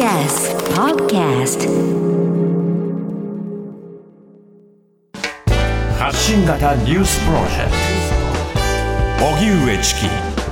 TBS Podcast 発信型ニュースプロジェクト荻上チキ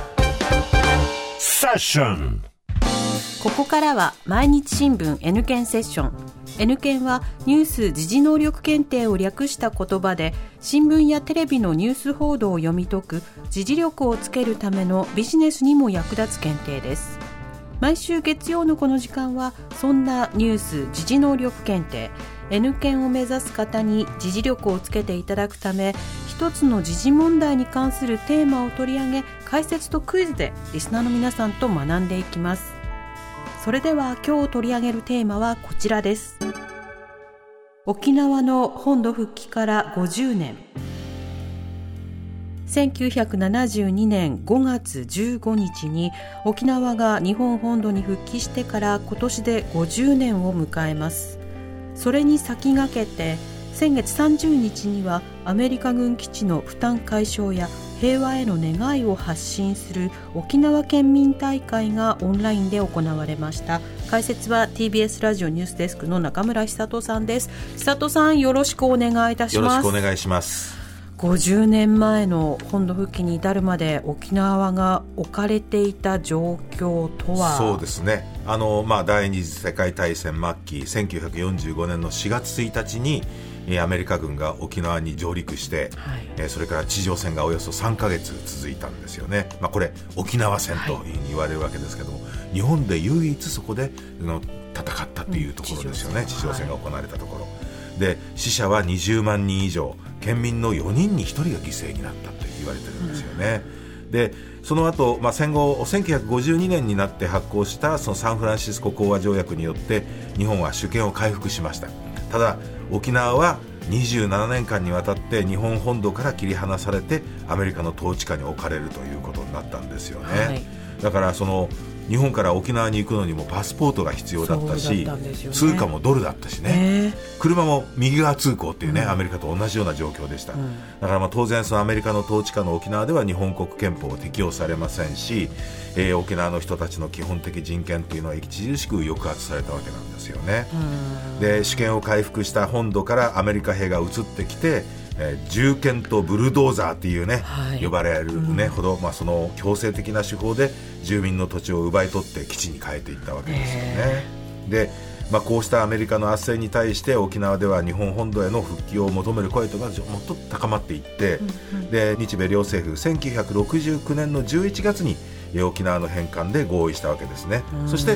セッション。 ここからは毎日新聞 N 検セッション。N 検はニュース時事能力検定を略した言葉で、新聞やテレビのニュース報道を読み解く時事力をつけるためのビジネスにも役立つ検定です。毎週月曜のこの時間は、そんなニュース時事能力検定 N 検を目指す方に時事力をつけていただくため、一つの時事問題に関するテーマを取り上げ、解説とクイズでリスナーの皆さんと学んでいきます。それでは今日取り上げるテーマはこちらです。沖縄の本土復帰から50年。1972年5月15日に沖縄が日本本土に復帰してから今年で50年を迎えます。それに先駆けて先月30日にはアメリカ軍基地の負担解消や平和への願いを発信する沖縄県民大会がオンラインで行われました。解説は TBS ラジオニュースデスクの中村久人さんです。久人さん、よろしくお願いいたします。 よろしくお願いします。 50年前の本土復帰に至るまで沖縄が置かれていた状況とは。 そうですね、第二次世界大戦末期1945年の4月1日にアメリカ軍が沖縄に上陸して、それから地上戦がおよそ3ヶ月続いたんですよね。これ沖縄戦というふうに言われるわけですけども、日本で唯一そこで戦ったというところですよね。地上戦が行われたところで、死者は20万人以上、県民の4人に1人が犠牲になったと言われてるんですよね。でその後、戦後1952年になって発効したそのサンフランシスコ講和条約によって日本は主権を回復しました。ただ沖縄は27年間にわたって日本本土から切り離されてアメリカの統治下に置かれるということになったんですよね。だから日本から沖縄に行くのにもパスポートが必要だったし、通貨もドルだったしね、車も右側通行っていうね、アメリカと同じような状況でした。だから当然そのアメリカの統治下の沖縄では日本国憲法を適用されませんし、沖縄の人たちの基本的人権というのは著しく抑圧されたわけなんですよね。で主権を回復した本土からアメリカ兵が移ってきて、銃剣とブルドーザーっていうね、呼ばれるほど、その強制的な手法で住民の土地を奪い取って基地に変えていったわけですよね。で、こうしたアメリカの圧政に対して沖縄では日本本土への復帰を求める声というのがもっと高まっていって、で日米両政府1969年の11月に沖縄の返還で合意したわけですね。そして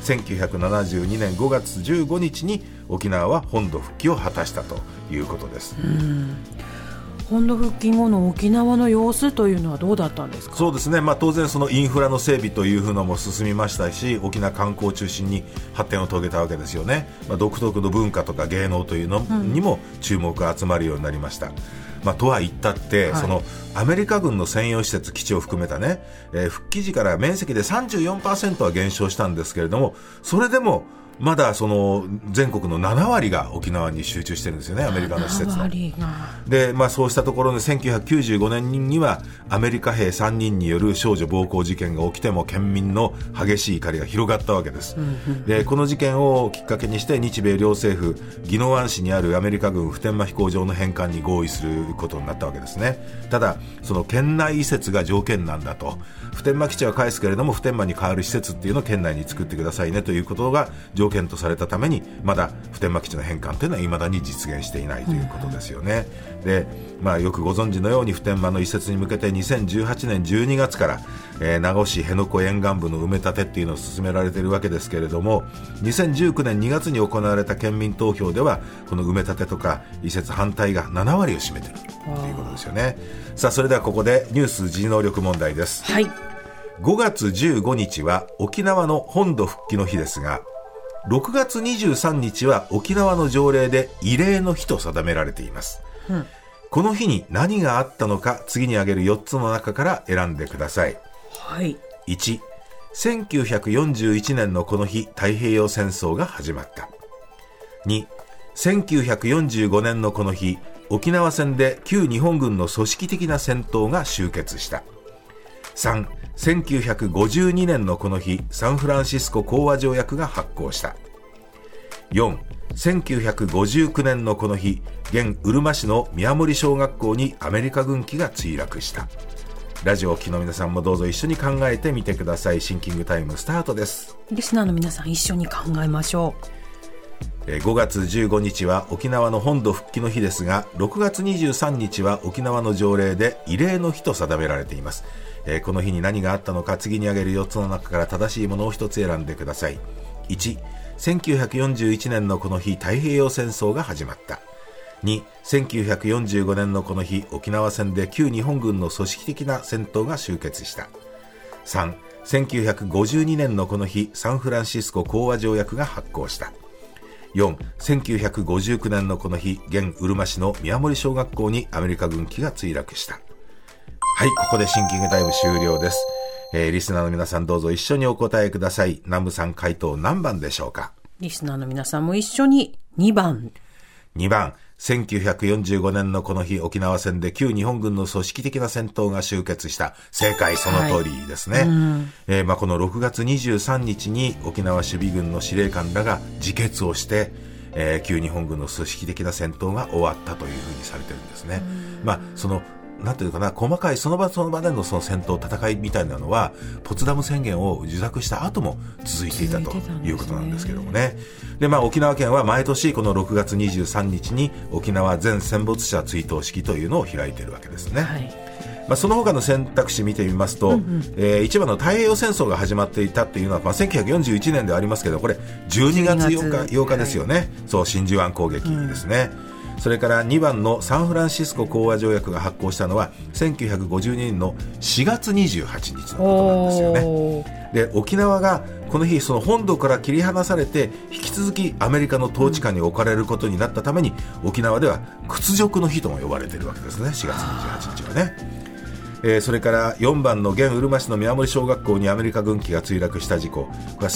1972年5月15日に沖縄は本土復帰を果たしたということです。 本土復帰後の沖縄の様子というのはどうだったんですか？ そうですね、当然そのインフラの整備というのも進みましたし、沖縄観光を中心に発展を遂げたわけですよね。独特の文化とか芸能というのにも注目が集まるようになりました。とは言ったって、そのアメリカ軍の専用施設基地を含めたね、復帰時から面積で 34% は減少したんですけれども、それでもまだその全国の7割が沖縄に集中してるんですよね、アメリカの施設の。で、そうしたところで1995年にはアメリカ兵3人による少女暴行事件が起きても県民の激しい怒りが広がったわけです。でこの事件をきっかけにして日米両政府、宜野湾市にあるアメリカ軍普天間飛行場の返還に合意することになったわけですね。ただその県内移設が条件なんだと、普天間基地は返すけれども普天間に代わる施設っていうのを県内に作ってくださいねということが条件とされたために、まだ普天間基地の返還というのは未だに実現していないということですよね。で、よくご存知のように普天間の移設に向けて2018年12月から、名護市辺野古沿岸部の埋め立てっていうのを進められているわけですけれども、2019年2月に行われた県民投票ではこの埋め立てとか移設反対が7割を占めているということですよね。さあそれではここでニュース時事能力問題です。5月15日は沖縄の本土復帰の日ですが、6月23日は沖縄の条例で慰霊の日と定められています。この日に何があったのか、次に挙げる4つの中から選んでください。1、1941年のこの日、太平洋戦争が始まった。2、1945年のこの日、沖縄戦で旧日本軍の組織的な戦闘が終結した。3、 1952年のこの日、サンフランシスコ講和条約が発効した。4、1959年のこの日、現うるま市の宮森小学校にアメリカ軍機が墜落した。ラジオを聴きの皆さんもどうぞ一緒に考えてみてください。シンキングタイムスタートです。 リスナーの皆さん一緒に考えましょう。5月15日は沖縄の本土復帰の日ですが、6月23日は沖縄の条例で慰霊の日と定められています。この日に何があったのか、次に挙げる4つの中から正しいものを1つ選んでください。1、1941年のこの日、太平洋戦争が始まった。2、1945年のこの日、沖縄戦で旧日本軍の組織的な戦闘が終結した。3、1952年のこの日、サンフランシスコ講和条約が発効した。4、1959年のこの日、現うるま市の宮森小学校にアメリカ軍機が墜落した。はい、ここでシンキングタイム終了です。リスナーの皆さんどうぞ一緒にお答えください。南部さん、回答何番でしょうか？ リスナーの皆さんも一緒に2番。 2番、1945年のこの日、沖縄戦で旧日本軍の組織的な戦闘が終結した。正解、その通りですね。この6月23日に沖縄守備軍の司令官らが自決をして、旧日本軍の組織的な戦闘が終わったというふうにされてるんですね。なんていうかな、細かいその場その場でのその戦闘、戦いみたいなのはポツダム宣言を受諾した後も続いていたということなんですけどもね。で、沖縄県は毎年この6月23日に沖縄全戦没者追悼式というのを開いているわけですね。はい、その他の選択肢見てみますと、1番の太平洋戦争が始まっていたというのは、1941年ではありますけど、これ12月8日ですよね。そう、真珠湾攻撃ですね。それから2番のサンフランシスコ講和条約が発効したのは1952年の4月28日のことなんですよね。で、沖縄がこの日その本土から切り離されて引き続きアメリカの統治下に置かれることになったために、沖縄では屈辱の日とも呼ばれているわけですね。4月28日はね。それから4番の現うるま市の宮森小学校にアメリカ軍機が墜落した事故、これは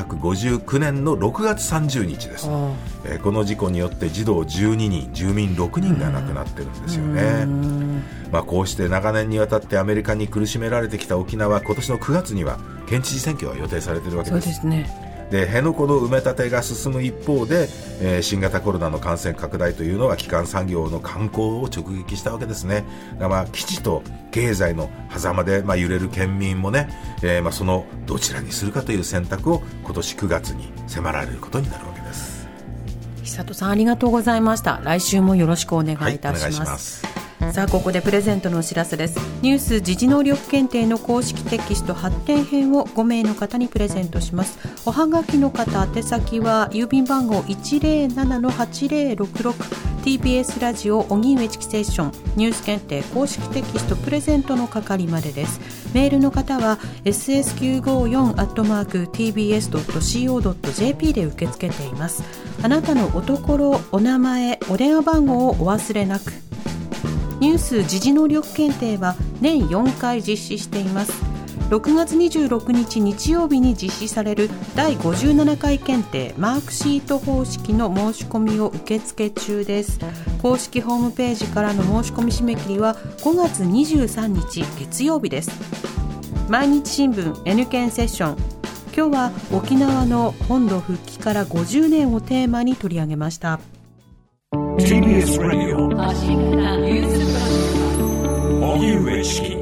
1959年の6月30日です。この事故によって児童12人、住民6人が亡くなってるんですよね。こうして長年にわたってアメリカに苦しめられてきた沖縄、今年の9月には県知事選挙が予定されているわけです。 そうですね。 で、辺野古の埋め立てが進む一方で、新型コロナの感染拡大というのは基幹産業の観光を直撃したわけですね。基地と経済の狭間で、揺れる県民もね、そのどちらにするかという選択を今年9月に迫られることになるわけです。 久人さん、ありがとうございました。来週もよろしくお願いいたします。 はい、お願いします。 さあ、ここでプレゼントのお知らせです。ニュース時事能力検定の公式テキスト発展編を5名の方にプレゼントします。おはがきの方、宛先は郵便番号 107-8066 TBS ラジオ荻上チキセッションニュース検定公式テキストプレゼントの係までです。メールの方は ss954@tbs.co.jp で受け付けています。あなたのおところ、お名前、お電話番号をお忘れなく。ニュース時事能力検定は年4回実施しています。6月26日日曜日に実施される第57回検定マークシート方式の申し込みを受付中です。公式ホームページからの申し込み締め切りは5月23日月曜日です。毎日新聞 N 検セッション、今日は沖縄の本土復帰から50年をテーマに取り上げました。 TBS ラジオ荻上チキ